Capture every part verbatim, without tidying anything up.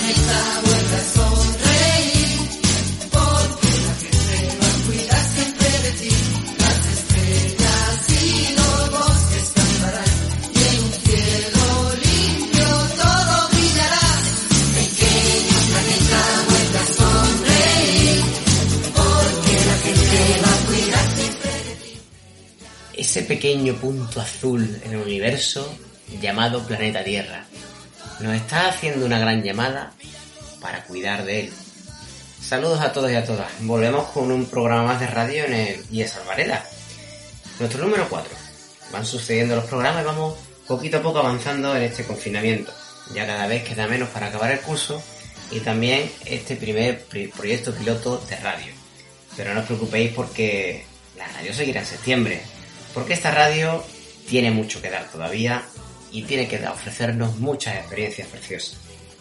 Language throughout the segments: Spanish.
Ese pequeño punto azul en el universo llamado planeta Tierra nos está haciendo una gran llamada para cuidar de él. Saludos a todos y a todas. Volvemos con un programa más de radio en el I E S Alvareda. Nuestro número cuatro. Van sucediendo los programas y vamos poquito a poco avanzando en este confinamiento. Ya cada vez queda menos para acabar el curso y también este primer proyecto piloto de radio. Pero no os preocupéis porque la radio seguirá en septiembre. Porque esta radio tiene mucho que dar todavía y tiene que ofrecernos muchas experiencias preciosas.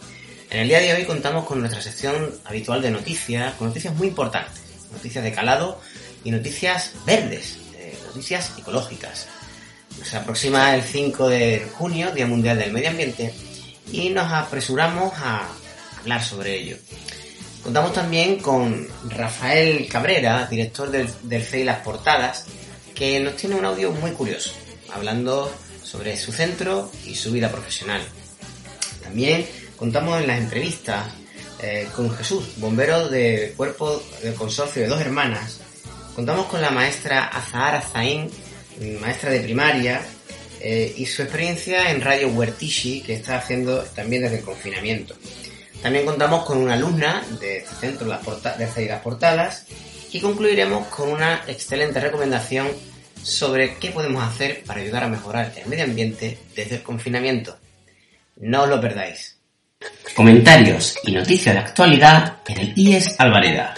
En el día de hoy contamos con nuestra sección habitual de noticias, con noticias muy importantes, noticias de calado y noticias verdes, eh, noticias ecológicas. Se aproxima el cinco de junio, Día Mundial del Medio Ambiente, y nos apresuramos a hablar sobre ello. Contamos también con Rafael Cabrera, director del, del C E I Las Portadas, que nos tiene un audio muy curioso, hablando sobre su centro y su vida profesional. También contamos en las entrevistas eh, con Jesús, bombero del cuerpo del consorcio de Dos Hermanas. Contamos con la maestra Azahara Zain, maestra de primaria, eh, y su experiencia en Radio Huertishi, que está haciendo también desde el confinamiento. También contamos con una alumna de este centro, las porta- de C E I Las Portadas, y concluiremos con una excelente recomendación sobre qué podemos hacer para ayudar a mejorar el medio ambiente desde el confinamiento. No os lo perdáis. Comentarios y noticias de actualidad en el I E S Alvareda.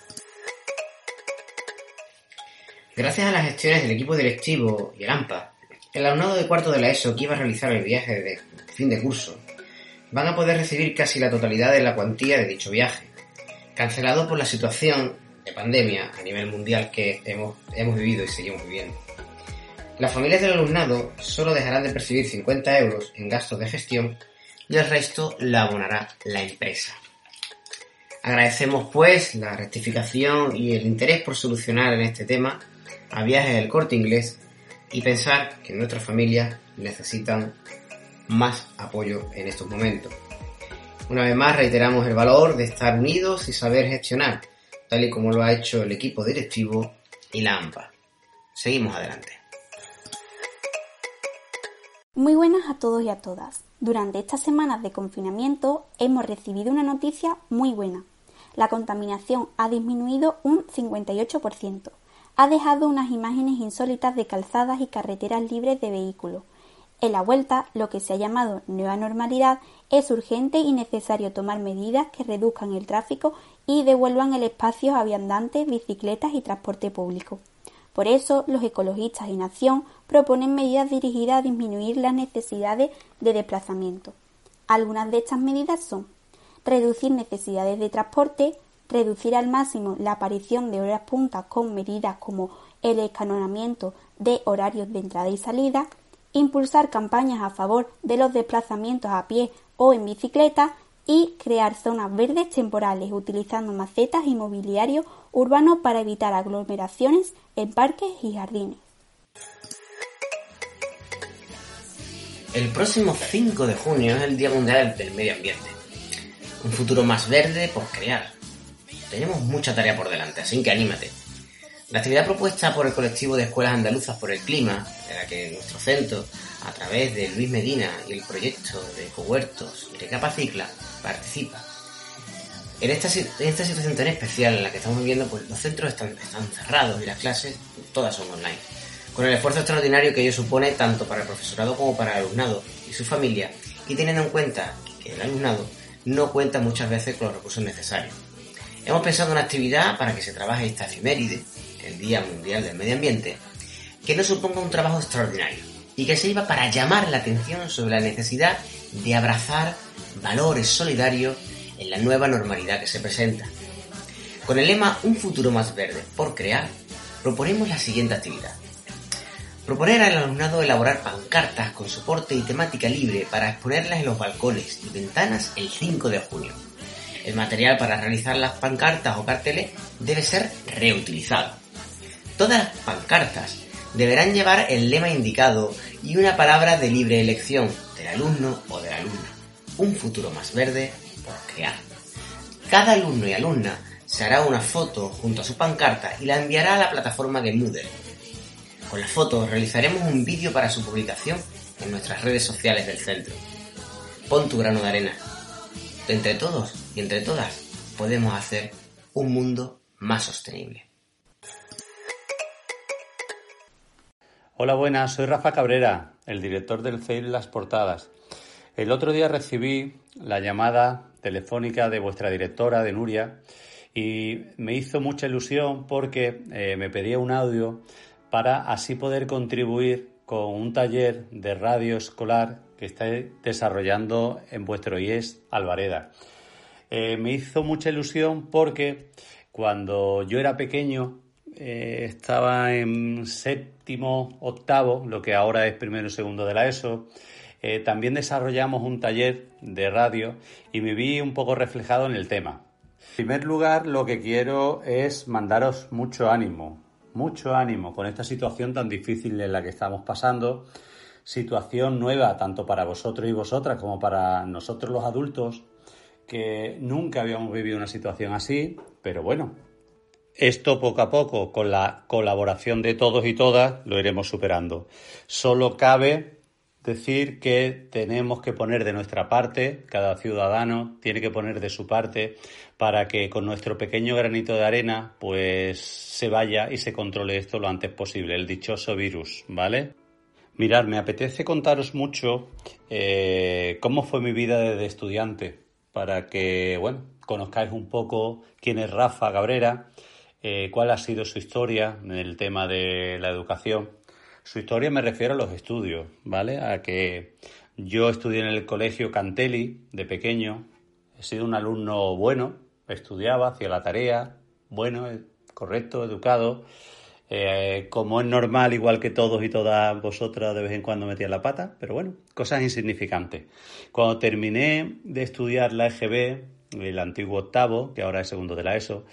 Gracias a las gestiones del equipo directivo y el AMPA, el alumnado de cuarto de la ESO que iba a realizar el viaje de fin de curso van a poder recibir casi la totalidad de la cuantía de dicho viaje, cancelado por la situación de pandemia a nivel mundial que hemos, hemos vivido y seguimos viviendo. Las familias del alumnado solo dejarán de percibir cincuenta euros en gastos de gestión y el resto la abonará la empresa. Agradecemos pues la rectificación y el interés por solucionar en este tema a Viajes del Corte Inglés y pensar que nuestras familias necesitan más apoyo en estos momentos. Una vez más reiteramos el valor de estar unidos y saber gestionar, tal y como lo ha hecho el equipo directivo y la AMPA. Seguimos adelante. Muy buenas a todos y a todas. Durante estas semanas de confinamiento hemos recibido una noticia muy buena. La contaminación ha disminuido un cincuenta y ocho por ciento. Ha dejado unas imágenes insólitas de calzadas y carreteras libres de vehículos. En la vuelta, lo que se ha llamado nueva normalidad, es urgente y necesario tomar medidas que reduzcan el tráfico y devuelvan el espacio a viandantes, bicicletas y transporte público. Por eso, los ecologistas y Nación proponen medidas dirigidas a disminuir las necesidades de desplazamiento. Algunas de estas medidas son reducir necesidades de transporte, reducir al máximo la aparición de horas puntas con medidas como el escalonamiento de horarios de entrada y salida, impulsar campañas a favor de los desplazamientos a pie o en bicicleta y crear zonas verdes temporales utilizando macetas y mobiliario urbano para evitar aglomeraciones en parques y jardines. El próximo cinco de junio es el Día Mundial del Medio Ambiente. Un futuro más verde por crear. Tenemos mucha tarea por delante, así que anímate. La actividad propuesta por el colectivo de escuelas andaluzas por el clima, en la que nuestro centro, a través de Luis Medina y el proyecto de Ecohuertos y Recapa Cicla, participa. En esta, en esta situación tan especial en la que estamos viviendo, pues los centros están, están cerrados y las clases todas son online. Con el esfuerzo extraordinario que ello supone tanto para el profesorado como para el alumnado y su familia, y teniendo en cuenta que el alumnado no cuenta muchas veces con los recursos necesarios. Hemos pensado en una actividad para que se trabaje esta efeméride, el Día Mundial del Medio Ambiente, que no suponga un trabajo extraordinario y que sirva para llamar la atención sobre la necesidad de abrazar valores solidarios en la nueva normalidad que se presenta. Con el lema Un futuro más verde por crear, proponemos la siguiente actividad. Proponer al alumnado elaborar pancartas con soporte y temática libre para exponerlas en los balcones y ventanas el cinco de junio. El material para realizar las pancartas o carteles debe ser reutilizado. Todas las pancartas deberán llevar el lema indicado y una palabra de libre elección del alumno o de la alumna. Un futuro más verde por crear. Cada alumno y alumna se hará una foto junto a su pancarta y la enviará a la plataforma de Moodle. Con las fotos realizaremos un vídeo para su publicación en nuestras redes sociales del centro. Pon tu grano de arena. Entre todos y entre todas podemos hacer un mundo más sostenible. Hola, buenas, soy Rafa Cabrera, el director del C E I Las Portadas. El otro día recibí la llamada telefónica de vuestra directora, de Nuria, y me hizo mucha ilusión porque eh, me pedía un audio para así poder contribuir con un taller de radio escolar que estáis desarrollando en vuestro I E S Albareda. Eh, me hizo mucha ilusión porque cuando yo era pequeño, eh, estaba en séptimo, octavo, lo que ahora es primero y segundo de la ESO, eh, también desarrollamos un taller de radio y me vi un poco reflejado en el tema. En primer lugar, lo que quiero es mandaros mucho ánimo, mucho ánimo con esta situación tan difícil en la que estamos pasando, situación nueva tanto para vosotros y vosotras como para nosotros los adultos, que nunca habíamos vivido una situación así, pero bueno, esto poco a poco, con la colaboración de todos y todas, lo iremos superando. Solo cabe decir que tenemos que poner de nuestra parte, cada ciudadano tiene que poner de su parte para que con nuestro pequeño granito de arena pues se vaya y se controle esto lo antes posible, el dichoso virus, ¿vale? Mirad, me apetece contaros mucho eh, cómo fue mi vida desde estudiante, para que, bueno, conozcáis un poco quién es Rafa Cabrera, eh, cuál ha sido su historia en el tema de la educación. Su historia me refiero a los estudios, ¿vale? A que yo estudié en el colegio Cantelli de pequeño, he sido un alumno bueno, estudiaba, hacía la tarea, bueno, correcto, educado, eh, como es normal, igual que todos y todas vosotras de vez en cuando metía la pata, pero bueno, cosas insignificantes. Cuando terminé de estudiar la E G B, el antiguo octavo, que ahora es segundo de la ESO,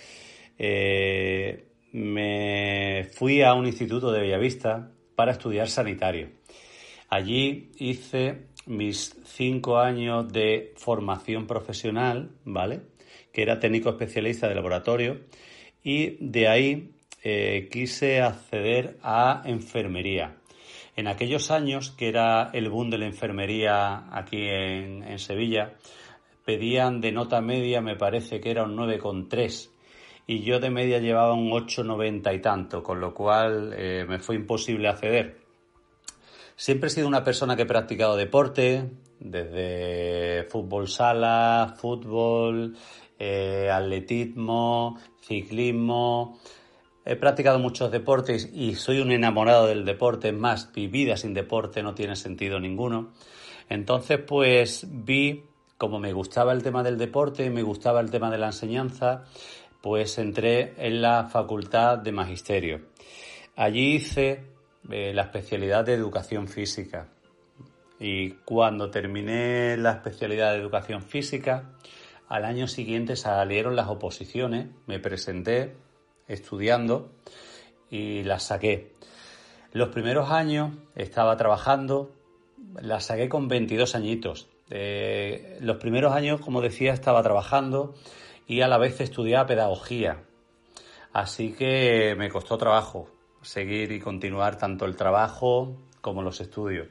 eh, me fui a un instituto de Bellavista para estudiar sanitario. Allí hice mis cinco años de formación profesional, ¿vale? Que era técnico especialista de laboratorio, y de ahí eh, quise acceder a enfermería. En aquellos años, que era el boom de la enfermería aquí en, en Sevilla, pedían de nota media, me parece que era un nueve coma tres, y yo de media llevaba un ocho noventa y tanto, con lo cual eh, me fue imposible acceder. Siempre he sido una persona que he practicado deporte, desde fútbol sala, fútbol, eh, atletismo, ciclismo. He practicado muchos deportes y soy un enamorado del deporte. Es más, mi vida sin deporte no tiene sentido ninguno. Entonces, pues vi, como me gustaba el tema del deporte, me gustaba el tema de la enseñanza, pues entré en la Facultad de Magisterio. Allí hice eh, la especialidad de Educación Física. Y cuando terminé la especialidad de Educación Física, al año siguiente salieron las oposiciones, me presenté estudiando y las saqué. Los primeros años estaba trabajando, las saqué con veintidós añitos. Eh, los primeros años, como decía, estaba trabajando y a la vez estudiaba pedagogía. Así que me costó trabajo seguir y continuar tanto el trabajo como los estudios.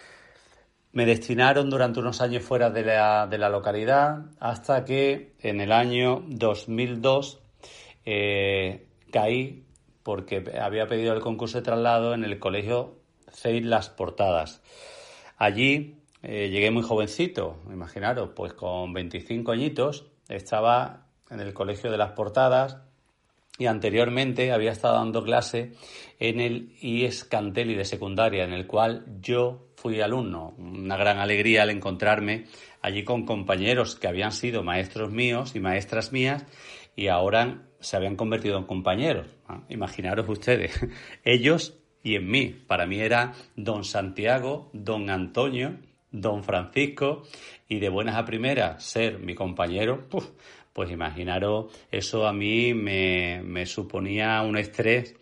Me destinaron durante unos años fuera de la, de la localidad, hasta que en el año dos mil dos eh, caí porque había pedido el concurso de traslado en el colegio C E I Las Portadas. Allí eh, llegué muy jovencito, imaginaros, pues con veinticinco añitos estaba en el colegio de Las Portadas y anteriormente había estado dando clase en el I E S Cantelli de secundaria, en el cual yo fui alumno. Una gran alegría al encontrarme allí con compañeros que habían sido maestros míos y maestras mías y ahora se habían convertido en compañeros. Imaginaros ustedes, ellos y en mí. Para mí era don Santiago, don Antonio, don Francisco, y de buenas a primeras ser mi compañero, ¡puf! Pues imaginaros, eso a mí me, me suponía un estrés,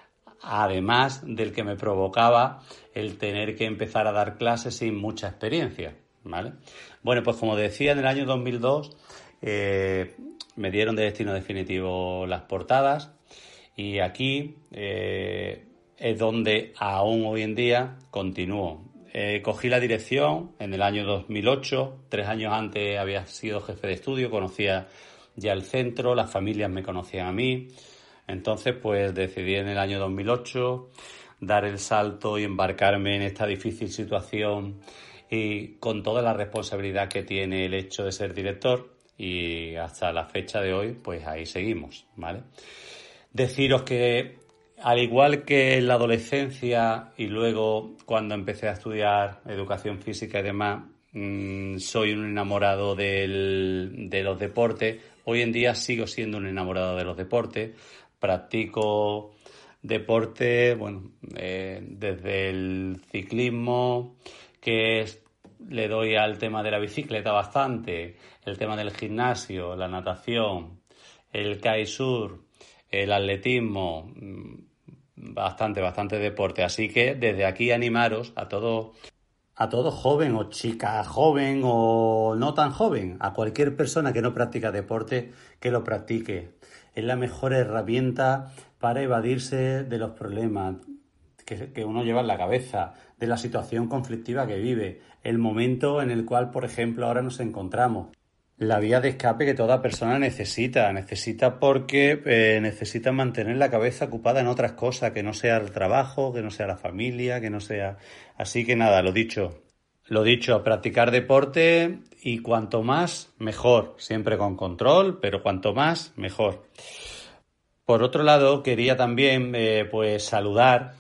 además del que me provocaba el tener que empezar a dar clases sin mucha experiencia, ¿vale? Bueno, pues como decía, en el año dos mil dos eh, me dieron de destino definitivo Las Portadas, y aquí eh, es donde aún hoy en día continúo. Eh, cogí la dirección en el año dos mil ocho, tres años antes había sido jefe de estudio, conocía ya el centro, las familias me conocían a mí. Entonces, pues decidí en el año dos mil ocho dar el salto y embarcarme en esta difícil situación, y con toda la responsabilidad que tiene el hecho de ser director, y hasta la fecha de hoy, pues ahí seguimos, ¿vale? Deciros que, al igual que en la adolescencia y luego cuando empecé a estudiar educación física y demás, mmm, soy un enamorado del, de los deportes. Hoy en día sigo siendo un enamorado de los deportes. Practico deporte, bueno, eh, desde el ciclismo, que es, le doy al tema de la bicicleta bastante, el tema del gimnasio, la natación, el kitesurf, el atletismo, bastante, bastante deporte. Así que desde aquí animaros a todo, a todo joven o chica joven o no tan joven, a cualquier persona que no practica deporte, que lo practique. Es la mejor herramienta para evadirse de los problemas que, que uno lleva en la cabeza, de la situación conflictiva que vive, el momento en el cual, por ejemplo, ahora nos encontramos. La vía de escape que toda persona necesita, necesita porque eh, necesita mantener la cabeza ocupada en otras cosas, que no sea el trabajo, que no sea la familia, que no sea... Así que nada, lo dicho, lo dicho, practicar deporte, y cuanto más, mejor, siempre con control, pero cuanto más, mejor. Por otro lado, quería también eh, pues saludar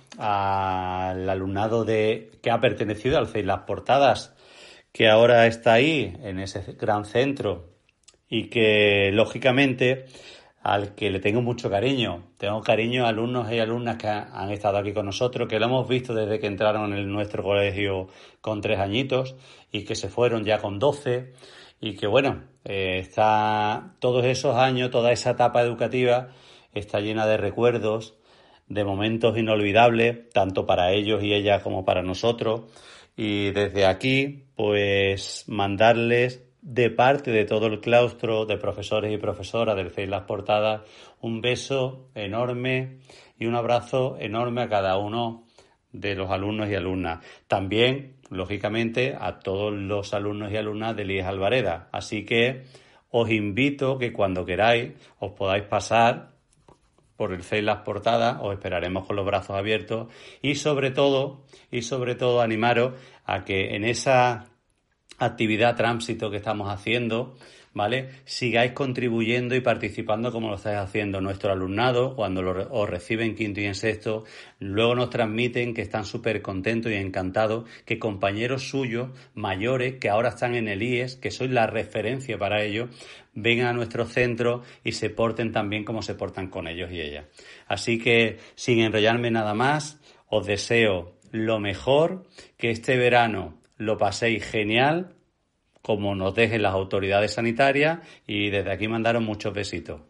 al alumnado de que ha pertenecido al C E I Las Portadas, que ahora está ahí, en ese gran centro, y que, lógicamente, al que le tengo mucho cariño. Tengo cariño a alumnos y alumnas que han estado aquí con nosotros, que lo hemos visto desde que entraron en nuestro colegio con tres añitos y que se fueron ya con doce, y que, bueno, eh, está todos esos años, toda esa etapa educativa está llena de recuerdos, de momentos inolvidables, tanto para ellos y ellas como para nosotros. Y desde aquí, pues mandarles, de parte de todo el claustro de profesores y profesoras del C E I Las Portadas, un beso enorme y un abrazo enorme a cada uno de los alumnos y alumnas. También, lógicamente, a todos los alumnos y alumnas del I E S Albareda. Así que os invito que cuando queráis os podáis pasar por el C E I Las Portadas, os esperaremos con los brazos abiertos, y sobre todo, y sobre todo animaros a que en esa actividad tránsito que estamos haciendo, ¿vale?, sigáis contribuyendo y participando como lo estáis haciendo. Nuestro alumnado, cuando lo, os reciben en quinto y en sexto, luego nos transmiten que están súper contentos y encantados que compañeros suyos mayores, que ahora están en el I E S, que sois la referencia para ellos, vengan a nuestro centro y se porten tan bien como se portan con ellos y ellas. Así que, sin enrollarme nada más, os deseo lo mejor, que este verano lo paséis genial, como nos dejen las autoridades sanitarias, y desde aquí mandaros muchos besitos.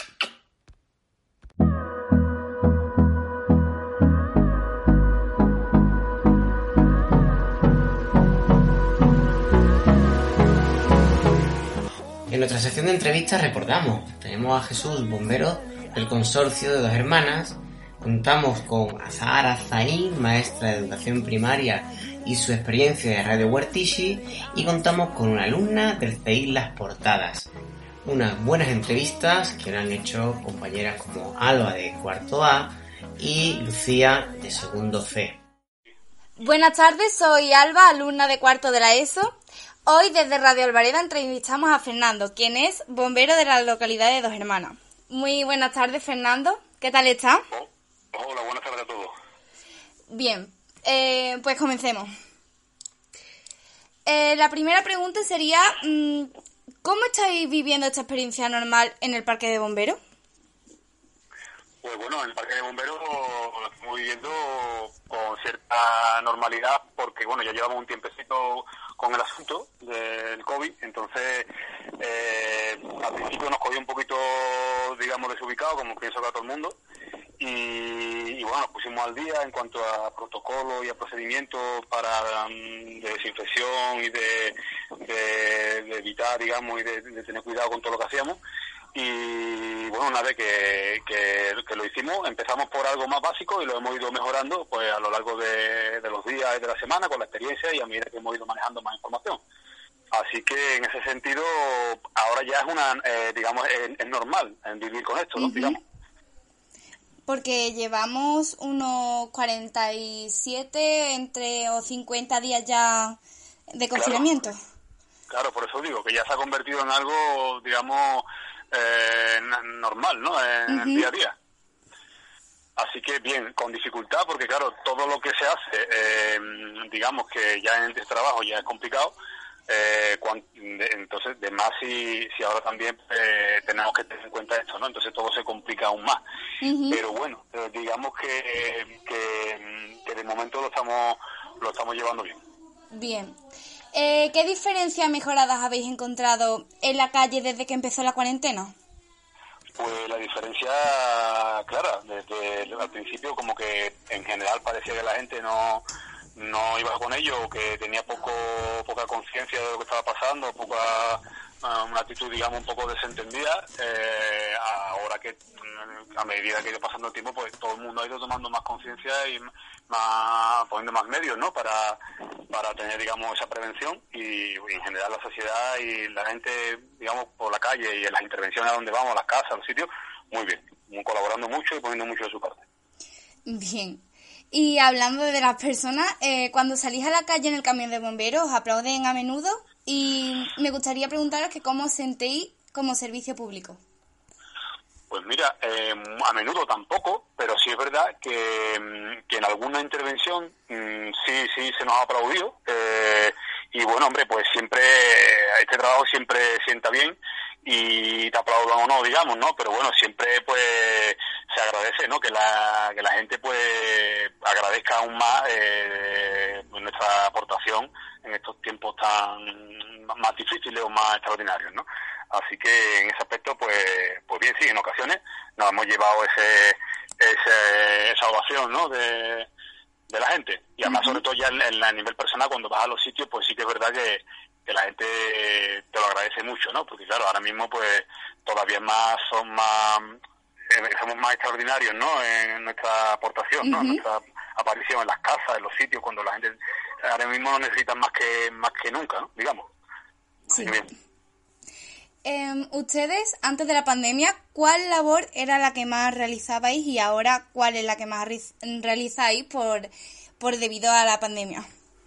En nuestra sección de entrevistas recordamos, tenemos a Jesús, bombero del consorcio de Dos Hermanas. Contamos con Azahar Azaín, maestra de educación primaria, y su experiencia de Radio Huertishi, y contamos con una alumna del C E I Las Portadas. Unas buenas entrevistas que nos han hecho compañeras como Alba de cuarto A y Lucía de segundo C. Buenas tardes, soy Alba, alumna de cuarto de la ESO. Hoy desde Radio Albareda entrevistamos a Fernando, quien es bombero de la localidad de Dos Hermanas. Muy buenas tardes, Fernando. ¿Qué tal está? Oh, hola, buenas tardes a todos. Bien, eh, pues comencemos. Eh, la primera pregunta sería, ¿cómo estáis viviendo esta experiencia normal en el parque de bomberos? Pues bueno, en el Parque de Bomberos lo estamos viviendo con cierta normalidad porque, bueno, ya llevamos un tiempecito con el asunto del COVID, entonces eh, al principio nos cogió un poquito, digamos, desubicado, como pienso que a todo el mundo, y, y bueno, nos pusimos al día en cuanto a protocolo y a procedimientos para um, de desinfección y de, de, de evitar, digamos, y de, de tener cuidado con todo lo que hacíamos. Y bueno, una vez que, que, que lo hicimos, empezamos por algo más básico y lo hemos ido mejorando pues a lo largo de, de los días y de la semana con la experiencia y a medida que hemos ido manejando más información. Así que en ese sentido, ahora ya es una, eh, digamos, es, es normal en vivir con esto, ¿no? Uh-huh. Digamos. Porque llevamos unos cuarenta y siete entre o cincuenta días ya de confinamiento. Claro, claro, por eso digo que ya se ha convertido en algo, digamos, Eh, normal, ¿no? En uh-huh. el día a día. Así que bien, con dificultad, porque claro, todo lo que se hace, eh, digamos que ya en este trabajo ya es complicado, eh, cuan, de, entonces de más si, si ahora también eh, tenemos que tener en cuenta esto, ¿no? Entonces todo se complica aún más. Uh-huh. Pero bueno, eh, digamos que, que, que de momento lo estamos, lo estamos llevando bien. Bien. Eh, ¿Qué diferencias mejoradas habéis encontrado en la calle desde que empezó la cuarentena? Pues la diferencia clara, desde al principio como que en general parecía que la gente no no iba con ello, que tenía poco poca conciencia de lo que estaba pasando, poca una actitud, digamos, un poco desentendida. Eh, ahora que a medida que ha ido pasando el tiempo, pues todo el mundo ha ido tomando más conciencia y más poniendo más medios, ¿no? Para para tener, digamos, esa prevención y, y en general la sociedad y la gente, digamos, por la calle y en las intervenciones a donde vamos, a las casas, a los sitios, muy bien, colaborando mucho y poniendo mucho de su parte. Bien. Y hablando de las personas, eh, cuando salís a la calle en el camión de bomberos, ¿os aplauden a menudo? Y me gustaría preguntaros que cómo os sentéis como servicio público. Pues mira, eh, a menudo tampoco, pero sí es verdad que, que en alguna intervención mmm, sí sí se nos ha aplaudido. Eh, y bueno, hombre, pues siempre, este trabajo siempre sienta bien y te aplaudan o no, digamos, ¿no? Pero bueno, siempre pues se agradece, ¿no? Que la que la gente pues agradezca aún más eh, nuestra aportación en estos tiempos tan más difíciles o más extraordinarios, ¿no? Así que en ese aspecto, pues pues bien, sí, en ocasiones nos hemos llevado ese, ese esa ovación, ¿no? De, de la gente. Y además, uh-huh. sobre todo ya en, en, a nivel personal, cuando vas a los sitios, pues sí que es verdad que, que la gente te lo agradece mucho, ¿no? Porque claro, ahora mismo pues todavía más son más eh, somos más extraordinarios, ¿no? En nuestra aportación, uh-huh. ¿no? En nuestra aparición en las casas, en los sitios, cuando la gente ahora mismo no necesitan más que más que nunca, ¿no? Digamos. Sí. Bien. Eh, ustedes, antes de la pandemia, ¿cuál labor era la que más realizabais y ahora cuál es la que más realizáis por, por debido a la pandemia?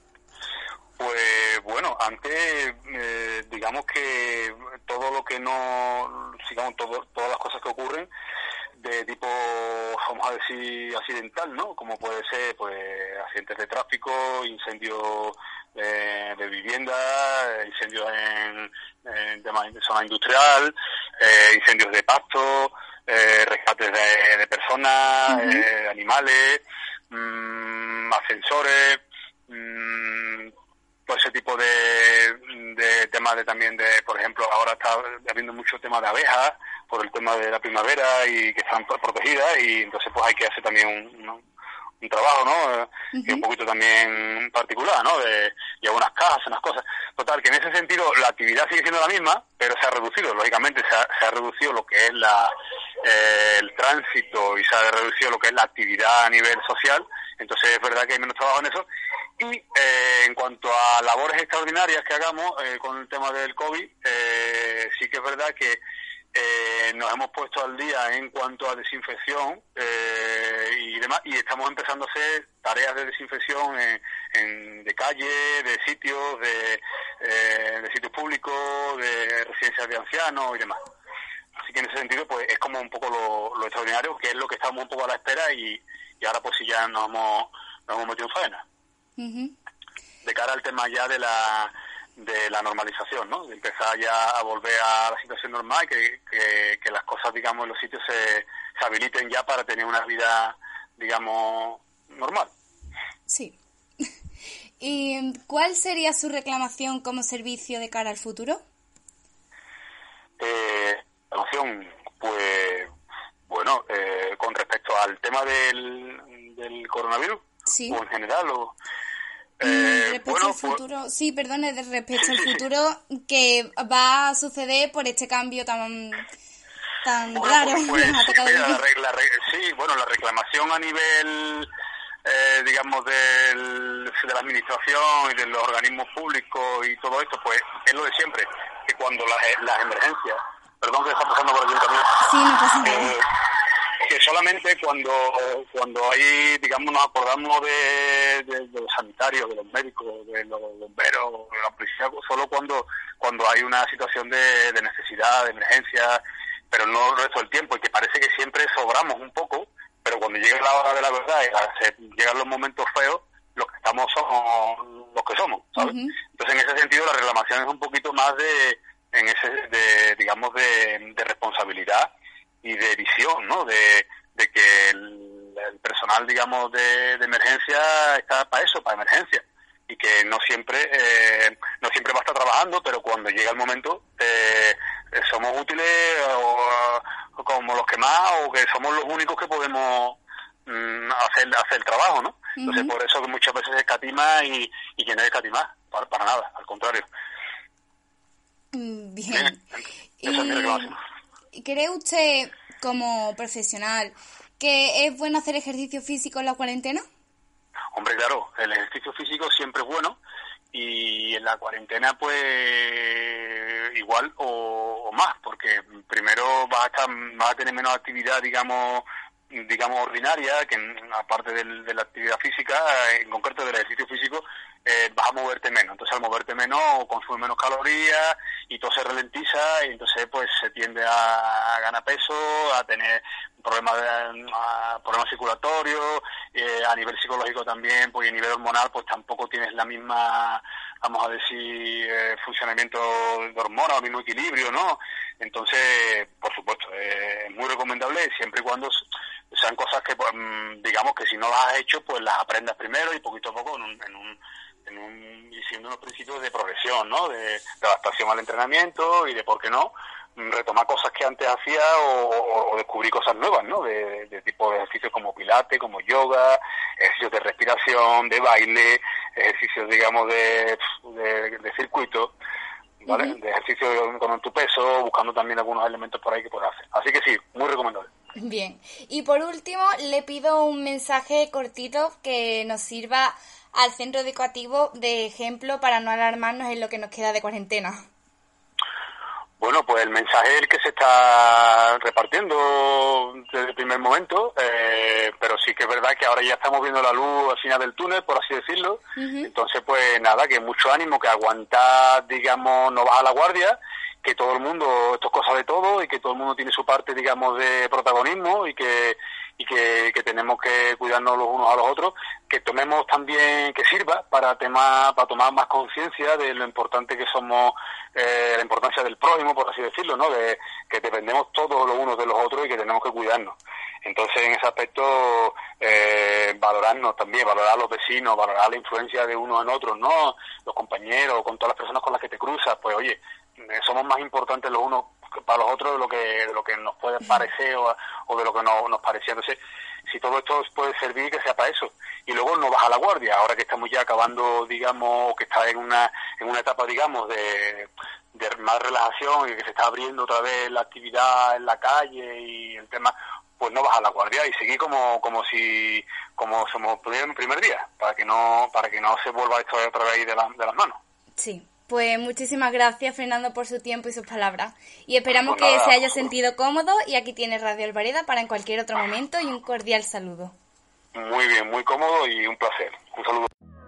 Pues bueno, antes eh, digamos que todo lo que no, digamos, todo, todas las cosas que ocurren de tipo, vamos a decir, accidental, ¿no? Como puede ser, pues, accidentes de tráfico, incendios de, de vivienda, incendios en, en, de zona industrial, eh, incendios de pasto, eh, rescates de, de personas, uh-huh. eh, animales, mmm, ascensores, mmm, todo ese tipo de, de temas de también de, por ejemplo, ahora está habiendo mucho tema de abejas por el tema de la primavera y que están protegidas y entonces pues hay que hacer también un, un, un trabajo, ¿no? Uh-huh. Y un poquito también particular, ¿no? De llevar unas cajas, unas cosas. Total, que en ese sentido la actividad sigue siendo la misma, pero se ha reducido, lógicamente se ha, se ha reducido lo que es la eh, el tránsito y se ha reducido lo que es la actividad a nivel social, entonces es verdad que hay menos trabajo en eso. Y eh, en cuanto a labores extraordinarias que hagamos eh, con el tema del COVID, eh, sí que es verdad que eh, nos hemos puesto al día en cuanto a desinfección eh, y demás, y estamos empezando a hacer tareas de desinfección en, en, de calle, de sitios, de, eh, de sitios públicos, de residencias de ancianos y demás. Así que en ese sentido, pues es como un poco lo, lo extraordinario, que es lo que estamos un poco a la espera y, y ahora pues sí ya nos hemos, nos hemos metido en faena. Uh-huh. De cara al tema ya de la de la normalización, ¿no? De empezar ya a volver a la situación normal, que, que, que las cosas, digamos, en los sitios se, se habiliten ya para tener una vida, digamos, normal. Sí. ¿Y cuál sería su reclamación como servicio de cara al futuro? Eh, reclamación, pues, bueno, eh, con respecto al tema del, del coronavirus, sí. o en general, o... Eh, respecto bueno, al futuro, pues, sí, perdone, respecto sí, al sí, futuro sí. que va a suceder por este cambio tan tan bueno, raro. Pues, pues, mira, la, la, la, sí, bueno, la reclamación a nivel, eh, digamos, del, de la administración y de los organismos públicos y todo esto, pues es lo de siempre, que cuando las, las emergencias, perdón que está pasando por aquí un camino, sí, no pasa nada. Eh, que solamente cuando cuando hay, digamos, nos acordamos de, de, de los sanitarios, de los médicos, de los bomberos, de la policía, solo cuando cuando hay una situación de, de necesidad, de emergencia, pero no el resto del tiempo, y que parece que siempre sobramos un poco, pero cuando llega la hora de la verdad y se llegan los momentos feos, los que estamos somos los que somos, ¿sabes? Uh-huh. Entonces, en ese sentido, la reclamación es un poquito más de, en ese de digamos, de, de responsabilidad y de visión, ¿no? De, de que el, el personal, digamos, de, de emergencia está para eso, para emergencia, y que no siempre eh, no siempre va a estar trabajando, pero cuando llega el momento eh, somos útiles o, o como los que más, o que somos los únicos que podemos mm, hacer hacer el trabajo, ¿no? Uh-huh. Entonces, por eso que muchas veces escatima y, y que no es escatimar, para, para nada, al contrario. Bien. Bien. Esa es mi reclamación. ¿Cree usted, como profesional, que es bueno hacer ejercicio físico en la cuarentena? Hombre, claro, el ejercicio físico siempre es bueno, y en la cuarentena, pues, igual o, o más, porque primero vas a estar, vas a tener menos actividad, digamos, digamos ordinaria, que aparte del, de la actividad física, en concreto del ejercicio físico, eh, vas a moverte menos. Entonces, al moverte menos, consumes menos calorías y todo se ralentiza, y entonces pues se tiende a, a ganar peso, a tener problemas de, a, problemas circulatorios, eh, a nivel psicológico también, pues, y a nivel hormonal, pues tampoco tienes la misma, vamos a decir, eh, funcionamiento de hormonas, el mismo equilibrio, ¿no? Entonces, por supuesto, eh, es muy recomendable siempre y cuando sean cosas que, pues, digamos, que si no las has hecho, pues las aprendas primero y poquito a poco en un, en un, en un diciendo unos principios de progresión, ¿no? De, de adaptación al entrenamiento y de, ¿por qué no?, retomar cosas que antes hacía o, o, o descubrir cosas nuevas, ¿no? De, de, de tipo de ejercicios como pilates, como yoga, ejercicios de respiración, de baile, ejercicios, digamos, de, de, de circuito, ¿vale? Uh-huh. De ejercicio con tu peso, buscando también algunos elementos por ahí que puedas hacer. Así que sí, muy recomendable. Bien. Y por último, le pido un mensaje cortito que nos sirva al centro educativo de ejemplo para no alarmarnos en lo que nos queda de cuarentena. Bueno, pues el mensaje es el que se está repartiendo desde el primer momento, eh, pero sí que es verdad que ahora ya estamos viendo la luz al final del túnel, por así decirlo. Uh-huh. Entonces, pues nada, que mucho ánimo, que aguantar, digamos, no bajar la guardia, que todo el mundo, esto es cosa de todo, y que todo el mundo tiene su parte, digamos, de protagonismo, y que y que, que tenemos que cuidarnos los unos a los otros, que tomemos también, que sirva para tema, para tomar más conciencia de lo importante que somos, eh, la importancia del prójimo, por así decirlo, ¿no? De que dependemos todos los unos de los otros y que tenemos que cuidarnos. Entonces, en ese aspecto, eh, valorarnos también, valorar a los vecinos, valorar la influencia de unos en otros, ¿no? Los compañeros, con todas las personas con las que te cruzas, pues oye, eh, somos más importantes los unos para los otros de lo que de lo que nos puede parecer o, o de lo que no, nos parecía. Entonces, si todo esto puede servir, que sea para eso. Y luego no baja la guardia, ahora que estamos ya acabando, digamos, que está en una en una etapa, digamos, de, de más relajación y que se está abriendo otra vez la actividad en la calle y el tema, pues no baja la guardia y seguir como como si como somos primer, primer día, para que no para que no se vuelva esto otra vez de, la, de las manos. Sí. Pues muchísimas gracias, Fernando, por su tiempo y sus palabras. Y esperamos pues nada, que se haya sentido cómodo, y aquí tiene Radio Alvareda para en cualquier otro momento, y un cordial saludo. Muy bien, muy cómodo y un placer. Un saludo.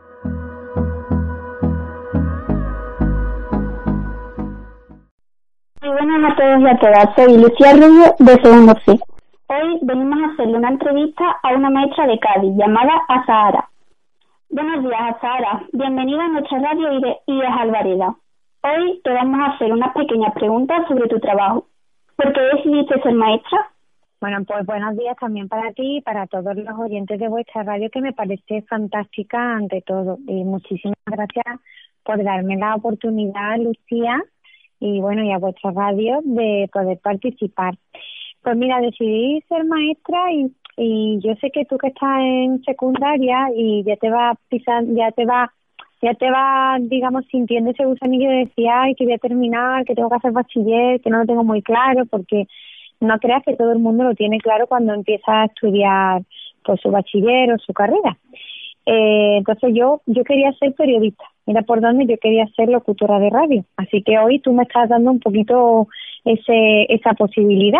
Muy buenas a todos y a todas. Soy Lucía Rubio, de segundo C. Hoy venimos a hacerle una entrevista a una maestra de Cádiz llamada Azahara. Buenos días, Azahara. Bienvenida a nuestra radio I E S Alvareda. Hoy te vamos a hacer unas pequeñas preguntas sobre tu trabajo. ¿Por qué decidiste ser maestra? Bueno, pues buenos días también para ti y para todos los oyentes de vuestra radio, que me parece fantástica ante todo. Y muchísimas gracias por darme la oportunidad, Lucía, y bueno, y a vuestra radio de poder participar. Pues mira, decidí ser maestra y, y yo sé que tú que estás en secundaria y ya te va pisando, ya te va, ya te va, digamos, sintiendo ese gusanillo de decir, ay, que voy a terminar, que tengo que hacer bachiller, que no lo tengo muy claro, porque no creas que todo el mundo lo tiene claro cuando empieza a estudiar pues su bachiller o su carrera. Eh, entonces yo yo quería ser periodista, mira por dónde, yo quería ser locutora de radio, así que hoy tú me estás dando un poquito ese esa posibilidad.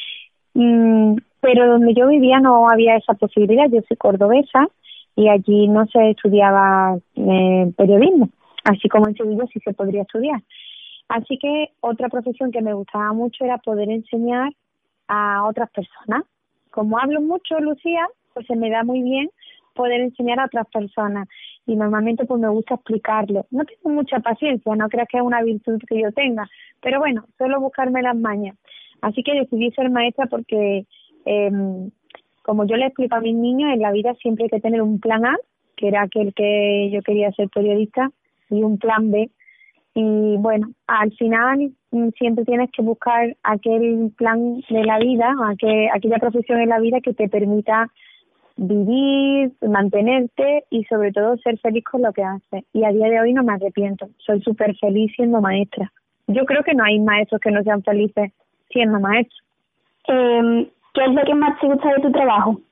Mm, pero donde yo vivía no había esa posibilidad, yo soy cordobesa y allí no se estudiaba eh, periodismo, así como en Sevilla sí se podría estudiar. Así que otra profesión que me gustaba mucho era poder enseñar a otras personas. Como hablo mucho, Lucía, pues se me da muy bien poder enseñar a otras personas y normalmente pues me gusta explicarlo. No tengo mucha paciencia, no creas que es una virtud que yo tenga, pero bueno, suelo buscarme las mañas. Así que decidí ser maestra porque, eh, como yo le explico a mis niños, en la vida siempre hay que tener un plan A, que era aquel que yo quería ser periodista, y un plan B. Y bueno, al final siempre tienes que buscar aquel plan de la vida, aquel, aquella profesión en la vida que te permita vivir, mantenerte y sobre todo ser feliz con lo que haces. Y a día de hoy no me arrepiento, soy súper feliz siendo maestra. Yo creo que no hay maestros que no sean felices siendo maestros. Eh, ¿Qué es lo que más te gusta de tu trabajo?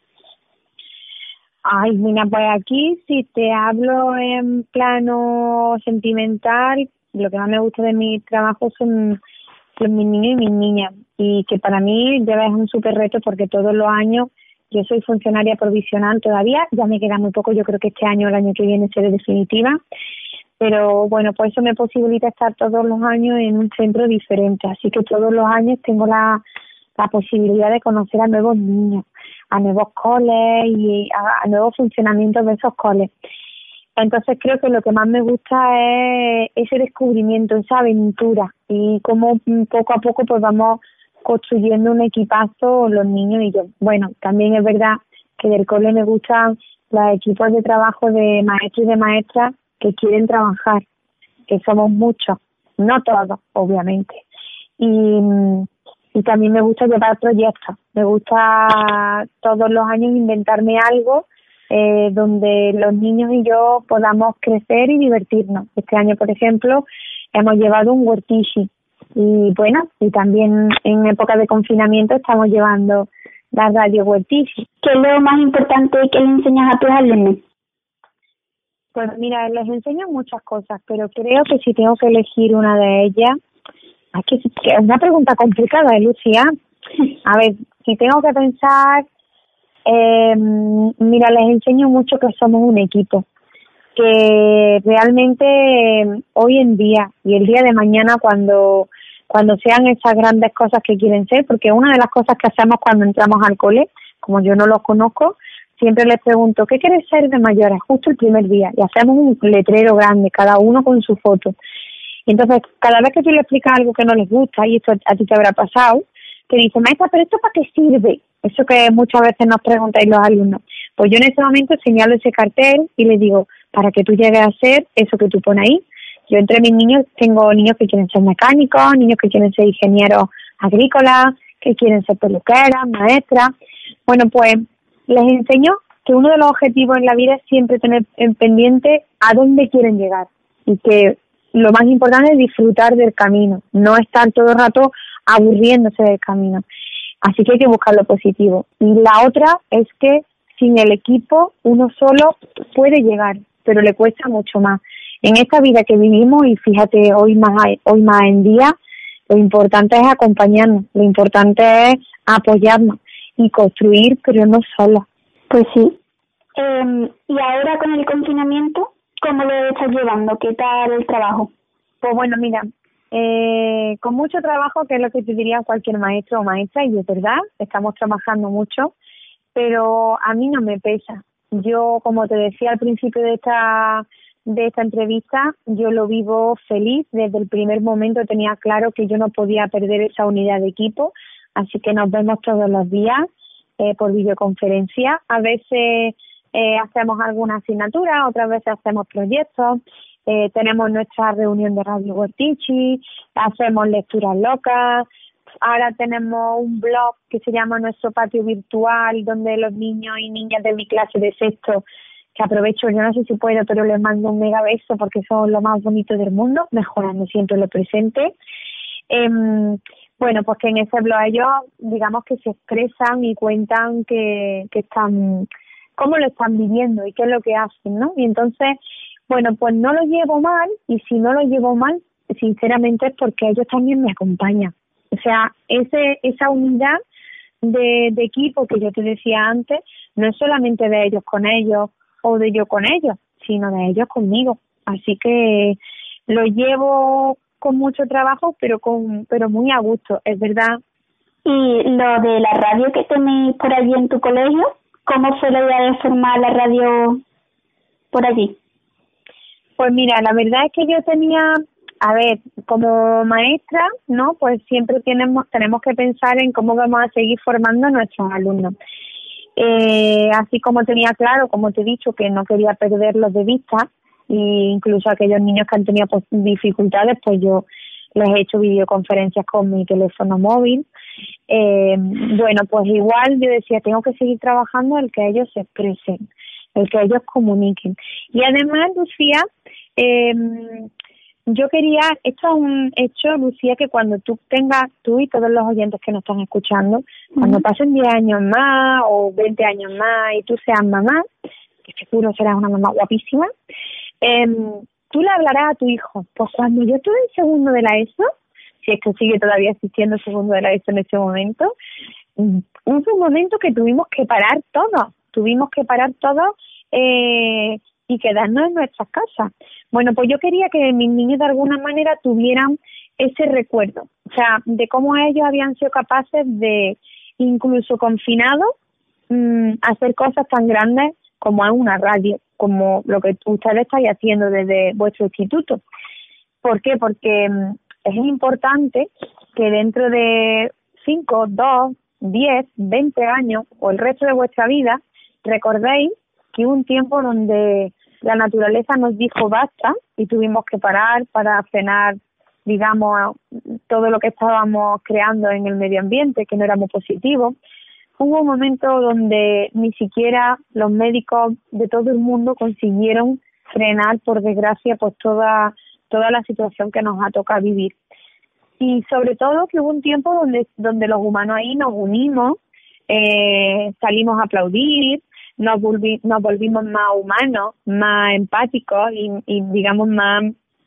Ay, mira, pues aquí si te hablo en plano sentimental, lo que más me gusta de mi trabajo son, son mis niños y mis niñas. Y que para mí ya es un súper reto porque todos los años yo soy funcionaria provisional todavía, ya me queda muy poco, yo creo que este año o el año que viene seré definitiva. Pero bueno, pues eso me posibilita estar todos los años en un centro diferente. Así que todos los años tengo la, la posibilidad de conocer a nuevos niños, a nuevos coles y a, a nuevos funcionamientos de esos coles. Entonces creo que lo que más me gusta es ese descubrimiento, esa aventura y cómo poco a poco pues vamos construyendo un equipazo los niños y yo. Bueno, también es verdad que del cole me gustan los equipos de trabajo de maestros y de maestras que quieren trabajar, que somos muchos, no todos, obviamente. Y, y también me gusta llevar proyectos, me gusta todos los años inventarme algo eh, donde los niños y yo podamos crecer y divertirnos. Este año, por ejemplo, hemos llevado un huertishi y bueno, y también en época de confinamiento estamos llevando la radio huertishi. ¿Qué es lo más importante que le enseñas a tus alumnos? Pues mira, les enseño muchas cosas, pero creo que si tengo que elegir una de ellas, aquí es una pregunta complicada, ¿eh, Lucía? A ver, si tengo que pensar, eh, mira, les enseño mucho que somos un equipo, que realmente eh, hoy en día y el día de mañana cuando cuando sean esas grandes cosas que quieren ser, porque una de las cosas que hacemos cuando entramos al cole, como yo no los conozco, siempre les pregunto, ¿qué quieres ser de mayores? Justo el primer día. Y hacemos un letrero grande, cada uno con su foto. Y entonces, cada vez que tú le explicas algo que no les gusta, y esto a ti te habrá pasado, te dicen, maestra, ¿pero esto para qué sirve? Eso que muchas veces nos preguntáis los alumnos. Pues yo en ese momento señalo ese cartel y les digo, para que tú llegues a ser eso que tú pones ahí. Yo entre mis niños tengo niños que quieren ser mecánicos, niños que quieren ser ingenieros agrícolas, que quieren ser peluqueras, maestras. Bueno, pues les enseño que uno de los objetivos en la vida es siempre tener en pendiente a dónde quieren llegar y que lo más importante es disfrutar del camino, no estar todo el rato aburriéndose del camino. Así que hay que buscar lo positivo. Y la otra es que sin el equipo uno solo puede llegar, pero le cuesta mucho más. En esta vida que vivimos, y fíjate, hoy más hoy más en día, lo importante es acompañarnos, lo importante es apoyarnos y construir, pero no solos. Pues sí. Eh, y ahora con el confinamiento, ¿cómo lo estás llevando? ¿Qué tal el trabajo? Pues bueno, mira, eh, con mucho trabajo, que es lo que te diría cualquier maestro o maestra, y es verdad, estamos trabajando mucho, pero a mí no me pesa. Yo, como te decía al principio de esta de esta entrevista, yo lo vivo feliz. Desde el primer momento tenía claro que yo no podía perder esa unidad de equipo, Así que nos vemos todos los días eh, por videoconferencia. A veces eh, hacemos alguna asignatura, otras veces hacemos proyectos. Eh, tenemos nuestra reunión de Radio Huertichi, hacemos lecturas locas. Ahora tenemos un blog que se llama Nuestro Patio Virtual, donde los niños y niñas de mi clase de sexto, que aprovecho, yo no sé si puedo, pero les mando un mega beso porque son lo más bonito del mundo, mejorando siempre lo presente. Eh, bueno, pues que en ese blog ellos, digamos que se expresan y cuentan que, que están, cómo lo están viviendo y qué es lo que hacen, ¿no? Y entonces, bueno, pues no lo llevo mal, y si no lo llevo mal, sinceramente es porque ellos también me acompañan. O sea, ese esa unidad de, de equipo que yo te decía antes, no es solamente de ellos con ellos o de yo con ellos, sino de ellos conmigo. Así que lo llevo con mucho trabajo, pero con pero muy a gusto, es verdad. Y lo de la radio que tenéis por allí en tu colegio, ¿cómo fue la idea de formar la radio por allí? Pues mira, la verdad es que yo tenía, a ver, como maestra, ¿no? Pues siempre tenemos tenemos que pensar en cómo vamos a seguir formando a nuestros alumnos. Eh, así como tenía claro, como te he dicho, que no quería perderlos de vista, e incluso aquellos niños que han tenido pues, dificultades, pues yo les he hecho videoconferencias con mi teléfono móvil. Eh, bueno, pues igual yo decía, tengo que seguir trabajando el que ellos se expresen, el que ellos comuniquen. Y además, Lucía, eh, yo quería, esto es un hecho, Lucía, que cuando tú tengas, tú y todos los oyentes que nos están escuchando, uh-huh. cuando pasen diez años más o veinte años más y tú seas mamá, que seguro serás una mamá guapísima, eh, tú le hablarás a tu hijo, pues cuando yo estuve en segundo de la ESO, si es que sigue todavía existiendo segundo de la ESO en ese momento, hubo un momento que tuvimos que parar todo, tuvimos que parar todo eh, y quedarnos en nuestras casas. Bueno, pues yo quería que mis niños de alguna manera tuvieran ese recuerdo, o sea, de cómo ellos habían sido capaces de, incluso confinados, mmm, hacer cosas tan grandes como es una radio, como lo que ustedes estáis haciendo desde vuestro instituto. ¿Por qué? Porque mmm, es importante que dentro de cinco, dos, diez, veinte años o el resto de vuestra vida recordéis que hubo un tiempo donde la naturaleza nos dijo basta y tuvimos que parar para frenar, digamos, todo lo que estábamos creando en el medio ambiente, que no era muy positivo. Hubo un momento donde ni siquiera los médicos de todo el mundo consiguieron frenar, por desgracia, pues toda toda la situación que nos ha tocado vivir. Y sobre todo que hubo un tiempo donde donde los humanos ahí nos unimos, eh, salimos a aplaudir, nos, volvi, nos volvimos más humanos, más empáticos y, y digamos más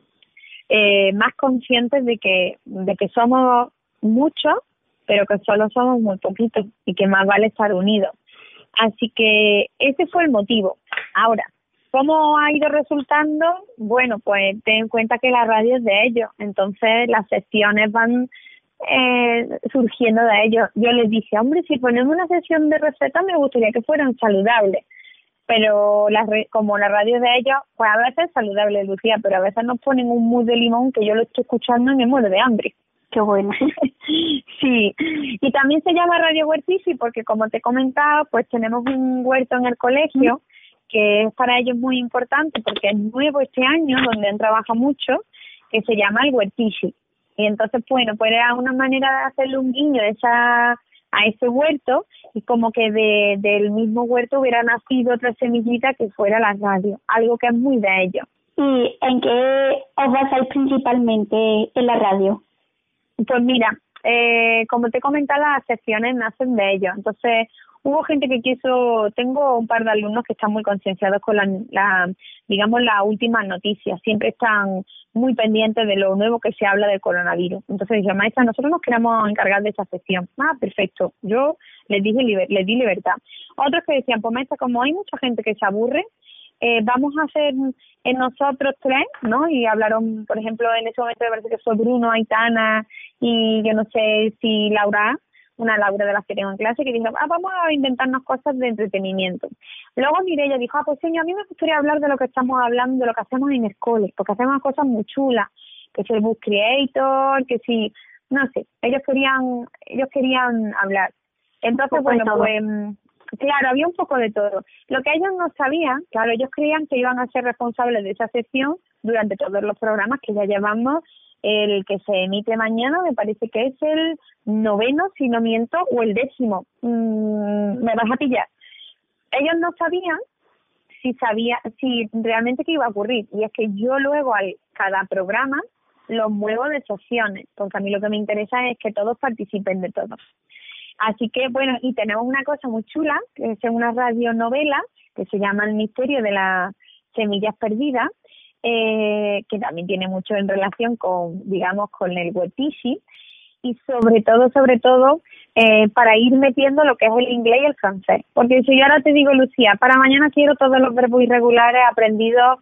eh, más conscientes de que de que somos muchos, pero que solo somos muy poquitos y que más vale estar unidos. Así que ese fue el motivo. Ahora, ¿cómo ha ido resultando? Bueno, pues ten en cuenta que la radio es de ellos, entonces las secciones van eh, surgiendo de ellos. Yo les dije, hombre, si ponemos una sesión de recetas me gustaría que fueran saludables, pero la re- como la radio es de ellos, pues a veces es saludable, Lucía, pero a veces nos ponen un mousse de limón que yo lo estoy escuchando y me muero de hambre. Qué bueno. Sí, y también se llama Radio Huertichi porque, como te he comentado, pues tenemos un huerto en el colegio que es para ellos muy importante porque es nuevo este año, donde han trabajado mucho, que se llama el Huertichi. Y entonces, bueno, pues era una manera de hacerle un guiño a, esa, a ese huerto y como que de del mismo huerto hubiera nacido otra semillita que fuera la radio, algo que es muy de ellos. ¿Y en qué os basáis principalmente en la radio? Pues mira, eh, como te he comentado, las secciones nacen de ellos. Entonces, hubo gente que quiso, tengo un par de alumnos que están muy concienciados con la, la digamos, las últimas noticias. Siempre están muy pendientes de lo nuevo que se habla del coronavirus. Entonces, dije, maestra, nosotros nos queremos encargar de esta sección. Ah, perfecto. Yo les dije liber, les di libertad. Otros que decían, pues maestra, como hay mucha gente que se aburre, eh, vamos a hacer en nosotros tres, ¿no? Y hablaron, por ejemplo, en ese momento me parece que fue Bruno, Aitana y yo no sé si Laura, una Laura de las que tengo en clase, que dijo, ah, vamos a inventarnos cosas de entretenimiento. Luego Mireia dijo, ah, pues señor, a mí me gustaría hablar de lo que estamos hablando, de lo que hacemos en el cole, porque hacemos cosas muy chulas, que si el Bus Creator, que si, no sé, ellos querían, ellos querían hablar. Entonces, bueno, pues claro, había un poco de todo. Lo que ellos no sabían, claro, ellos creían que iban a ser responsables de esa sección durante todos los programas que ya llevamos. El que se emite mañana me parece que es el noveno, si no miento, o el décimo. Mm, me vas a pillar. Ellos no sabían si sabía, si realmente qué iba a ocurrir. Y es que yo luego al cada programa los muevo de secciones, porque a mí lo que me interesa es que todos participen de todos. Así que, bueno, y tenemos una cosa muy chula, que es una radionovela que se llama El misterio de las semillas perdidas, eh, que también tiene mucho en relación con, digamos, con el Wetishi, y sobre todo, sobre todo, eh, para ir metiendo lo que es el inglés y el francés. Porque si yo ahora te digo, Lucía, para mañana quiero todos los verbos irregulares aprendidos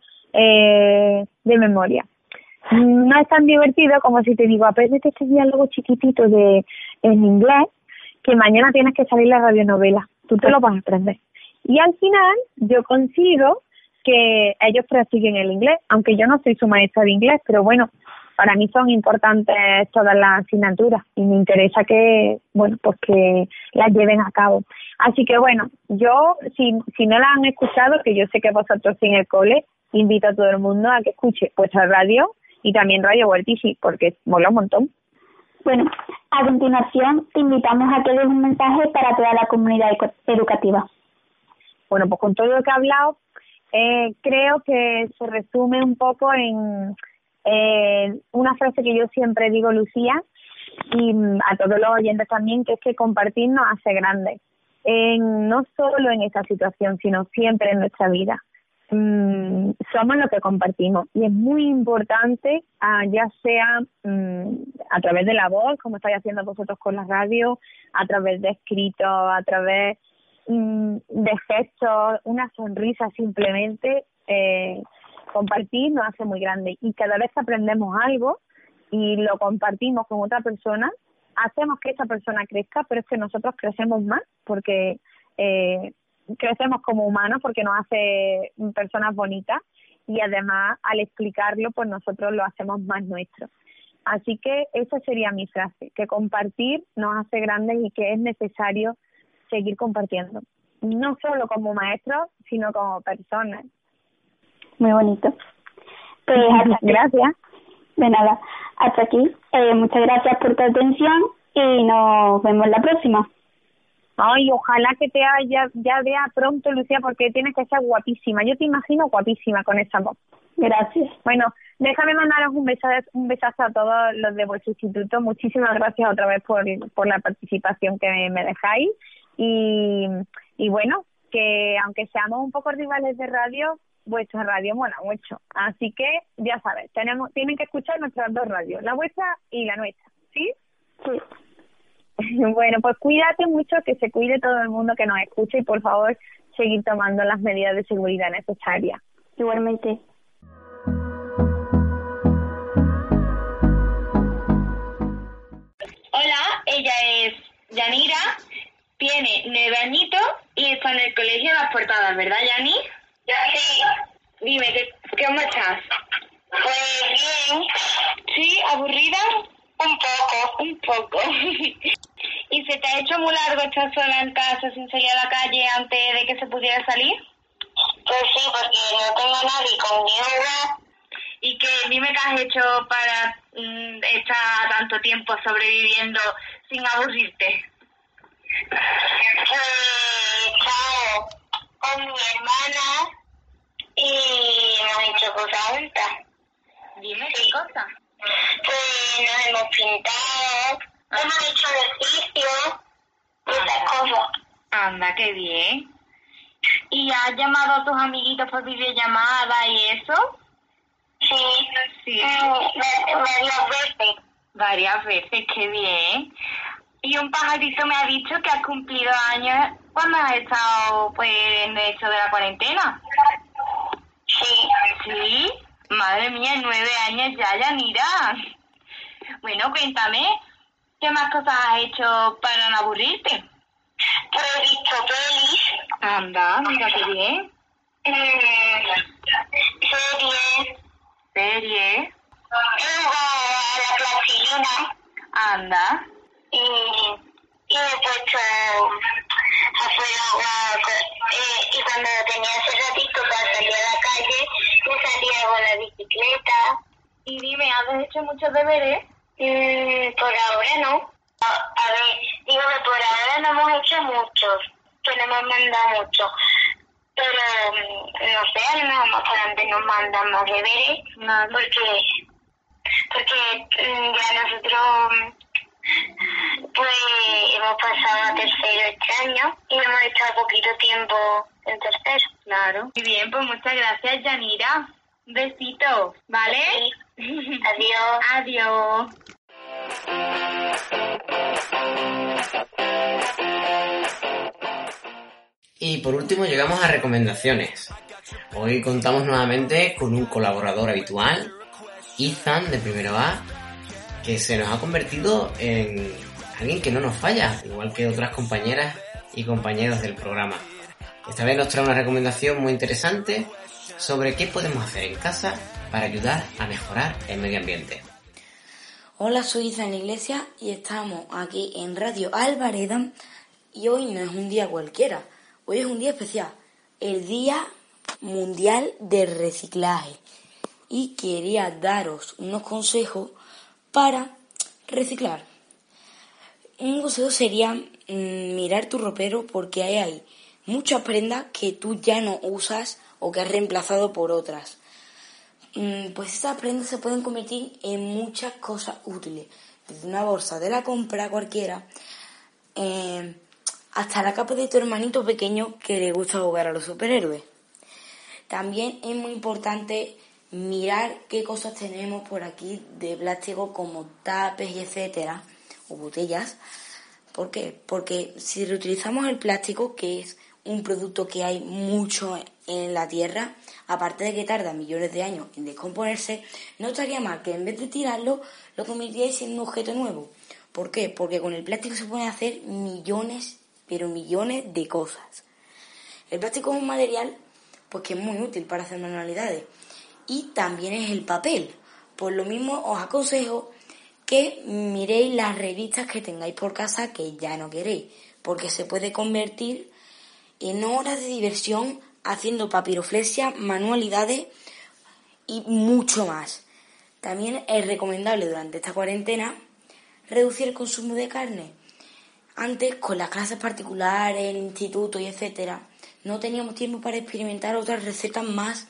eh, de memoria. No es tan divertido como si te digo, aprendete este diálogo chiquitito de en inglés, que mañana tienes que salir la radionovela. Tú te lo vas a aprender. Y al final, yo consigo que ellos practiquen el inglés, aunque yo no soy su maestra de inglés, pero bueno, para mí son importantes todas las asignaturas y me interesa que, bueno, pues que las lleven a cabo. Así que bueno, yo, si, si no la han escuchado, que yo sé que vosotros sí en el cole, invito a todo el mundo a que escuche vuestra radio y también Radio Wetishi, porque mola un montón. Bueno, a continuación te invitamos a que des un mensaje para toda la comunidad educativa. Bueno, pues con todo lo que he hablado, eh, creo que se resume un poco en eh, una frase que yo siempre digo, Lucía, y a todos los oyentes también, que es que compartir nos hace grandes. En, no solo en esta situación, sino siempre en nuestra vida. Mm, somos lo que compartimos y es muy importante, uh, ya sea um, a través de la voz, como estáis haciendo vosotros con la radio, a través de escritos, a través um, de gestos, una sonrisa simplemente, eh, compartir nos hace muy grande y cada vez que aprendemos algo y lo compartimos con otra persona, hacemos que esa persona crezca, pero es que nosotros crecemos más porque eh, crecemos como humanos porque nos hace personas bonitas y además al explicarlo pues nosotros lo hacemos más nuestro. Así que esa sería mi frase, que compartir nos hace grandes y que es necesario seguir compartiendo, no solo como maestros sino como personas. Muy bonito. Pues hasta aquí. Gracias. De nada, hasta aquí. Eh, muchas gracias por tu atención y nos vemos la próxima. Ay, ojalá que te haya, ya vea pronto, Lucía, porque tienes que ser guapísima. Yo te imagino guapísima con esa voz. Gracias. Bueno, déjame mandaros un besazo, un besazo a todos los de vuestro instituto. Muchísimas gracias otra vez por, por la participación que me dejáis. Y, y bueno, que aunque seamos un poco rivales de radio, vuestra radio mola mucho. Así que, ya sabes, tenemos tienen que escuchar nuestras dos radios, la vuestra y la nuestra. ¿Sí? Sí. Bueno, pues cuídate mucho, que se cuide todo el mundo que nos escuche y por favor seguir tomando las medidas de seguridad necesarias. Igualmente. Hola, ella es Yanira, tiene nueve añitos y está en el colegio Las Portadas, ¿verdad, Yani? Sí. Dime, ¿qué, ¿cómo estás? Pues bien. ¿Sí? ¿Aburrida? Un poco. Un poco. ¿Y se te ha hecho muy largo estar sola en casa sin salir a la calle antes de que se pudiera salir? Pues sí, porque no tengo a nadie conmigo. ¿Y qué, dime qué has hecho para mm, estar tanto tiempo sobreviviendo sin aburrirte? Pues he estado con mi hermana y hemos hecho cosas juntas. Dime, ¿qué cosa? Pues nos hemos pintado, ah. hemos hecho ejercicio y esas cosas. Anda, qué bien. ¿Y has llamado a tus amiguitos por videollamada y eso? Sí, sí. Mm, varias veces. Varias veces, qué bien. Y un pajarito me ha dicho que has cumplido años cuando has estado pues en esto de la cuarentena. Sí. ¿Sí? Madre mía, nueve años ya, Yanira. Bueno, cuéntame, ¿qué más cosas has hecho para no aburrirte? Pues he visto pelis. Anda, mira qué bien. Mm, series. Series. He jugado a la plastilina. Anda. Y, y me he puesto afuera una co- eh, y cuando tenía ese ratito para salir a la calle, me salía con la bicicleta. Y dime, ¿has hecho muchos deberes? Mm, por ahora no. A, a ver, digo que por ahora no hemos hecho muchos, que no hemos mandado muchos. Pero, mm, no sé, a lo mejor más adelante nos mandan más deberes, Nada. porque, porque mm, ya nosotros, mm, pues, hemos pasado a tercero este año y hemos estado poquito tiempo en tercero. Claro. Muy bien, pues muchas gracias, Yanira. Un besito, ¿vale? Sí. Adiós. Adiós. Y por último llegamos a recomendaciones. Hoy contamos nuevamente con un colaborador habitual, Ethan de Primero A, que se nos ha convertido en alguien que no nos falla, igual que otras compañeras y compañeros del programa. Esta vez nos trae una recomendación muy interesante sobre qué podemos hacer en casa para ayudar a mejorar el medio ambiente. Hola, soy Ethan Iglesias y estamos aquí en Radio Alvareda y hoy no es un día cualquiera, hoy es un día especial, el Día Mundial del Reciclaje, y quería daros unos consejos para reciclar. Un consejo sería mmm, mirar tu ropero, porque hay ahí muchas prendas que tú ya no usas o que has reemplazado por otras. Mm, pues esas prendas se pueden convertir en muchas cosas útiles, desde una bolsa de la compra cualquiera eh, hasta la capa de tu hermanito pequeño que le gusta jugar a los superhéroes. También es muy importante mirar qué cosas tenemos por aquí de plástico, como tapes y etcétera, o botellas. ¿Por qué? Porque si reutilizamos el plástico, que es un producto que hay mucho en la Tierra, aparte de que tarda millones de años en descomponerse, no estaría mal que en vez de tirarlo, lo convirtierais en un objeto nuevo. ¿Por qué? Porque con el plástico se pueden hacer millones, pero millones de cosas. El plástico es un material pues que es muy útil para hacer manualidades. Y también es el papel. Por lo mismo os aconsejo que miréis las revistas que tengáis por casa que ya no queréis, porque se puede convertir en horas de diversión haciendo papiroflexia, manualidades y mucho más. También es recomendable durante esta cuarentena reducir el consumo de carne. Antes, con las clases particulares, el instituto y etcétera, no teníamos tiempo para experimentar otras recetas más,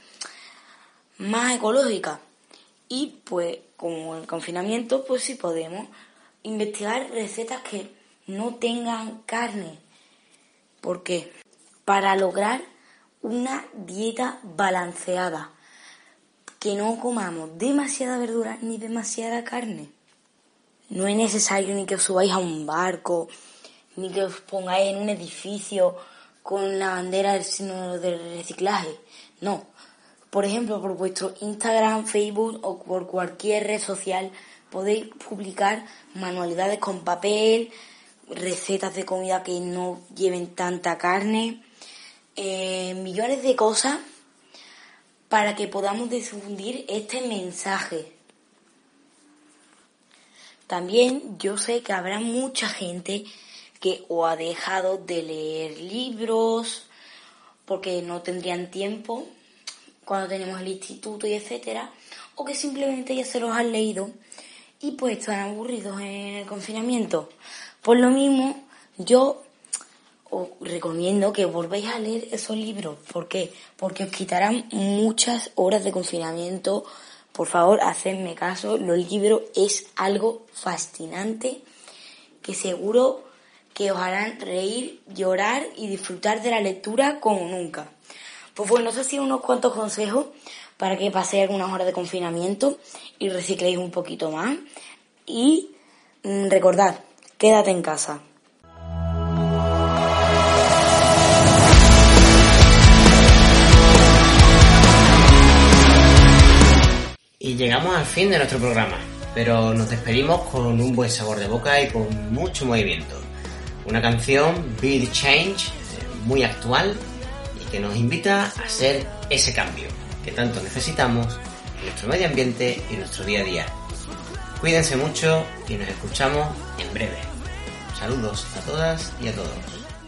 más ecológicas. Y pues, como el confinamiento, pues sí podemos investigar recetas que no tengan carne. ¿Por qué? Para lograr una dieta balanceada, que no comamos demasiada verdura ni demasiada carne. No es necesario ni que os subáis a un barco, ni que os pongáis en un edificio con la bandera del signo del reciclaje. No. Por ejemplo, por vuestro Instagram, Facebook o por cualquier red social podéis publicar manualidades con papel, recetas de comida que no lleven tanta carne, eh, millones de cosas para que podamos difundir este mensaje. También yo sé que habrá mucha gente que o ha dejado de leer libros porque no tendrían tiempo cuando tenemos el instituto y etcétera, o que simplemente ya se los han leído y pues están aburridos en el confinamiento. Por lo mismo, yo os recomiendo que volváis a leer esos libros. ¿Por qué? Porque os quitarán muchas horas de confinamiento. Por favor, hacedme caso, los libros es algo fascinante que seguro que os harán reír, llorar y disfrutar de la lectura como nunca. Pues bueno, estos han sido unos cuantos consejos para que paséis algunas horas de confinamiento y recicléis un poquito más. Y mmm, recordad, quédate en casa. Y llegamos al fin de nuestro programa, pero nos despedimos con un buen sabor de boca y con mucho movimiento. Una canción, Be the Change, muy actual y que nos invita a hacer ese cambio que tanto necesitamos en nuestro medio ambiente y en nuestro día a día. Cuídense mucho y nos escuchamos en breve. Saludos a todas y a todos.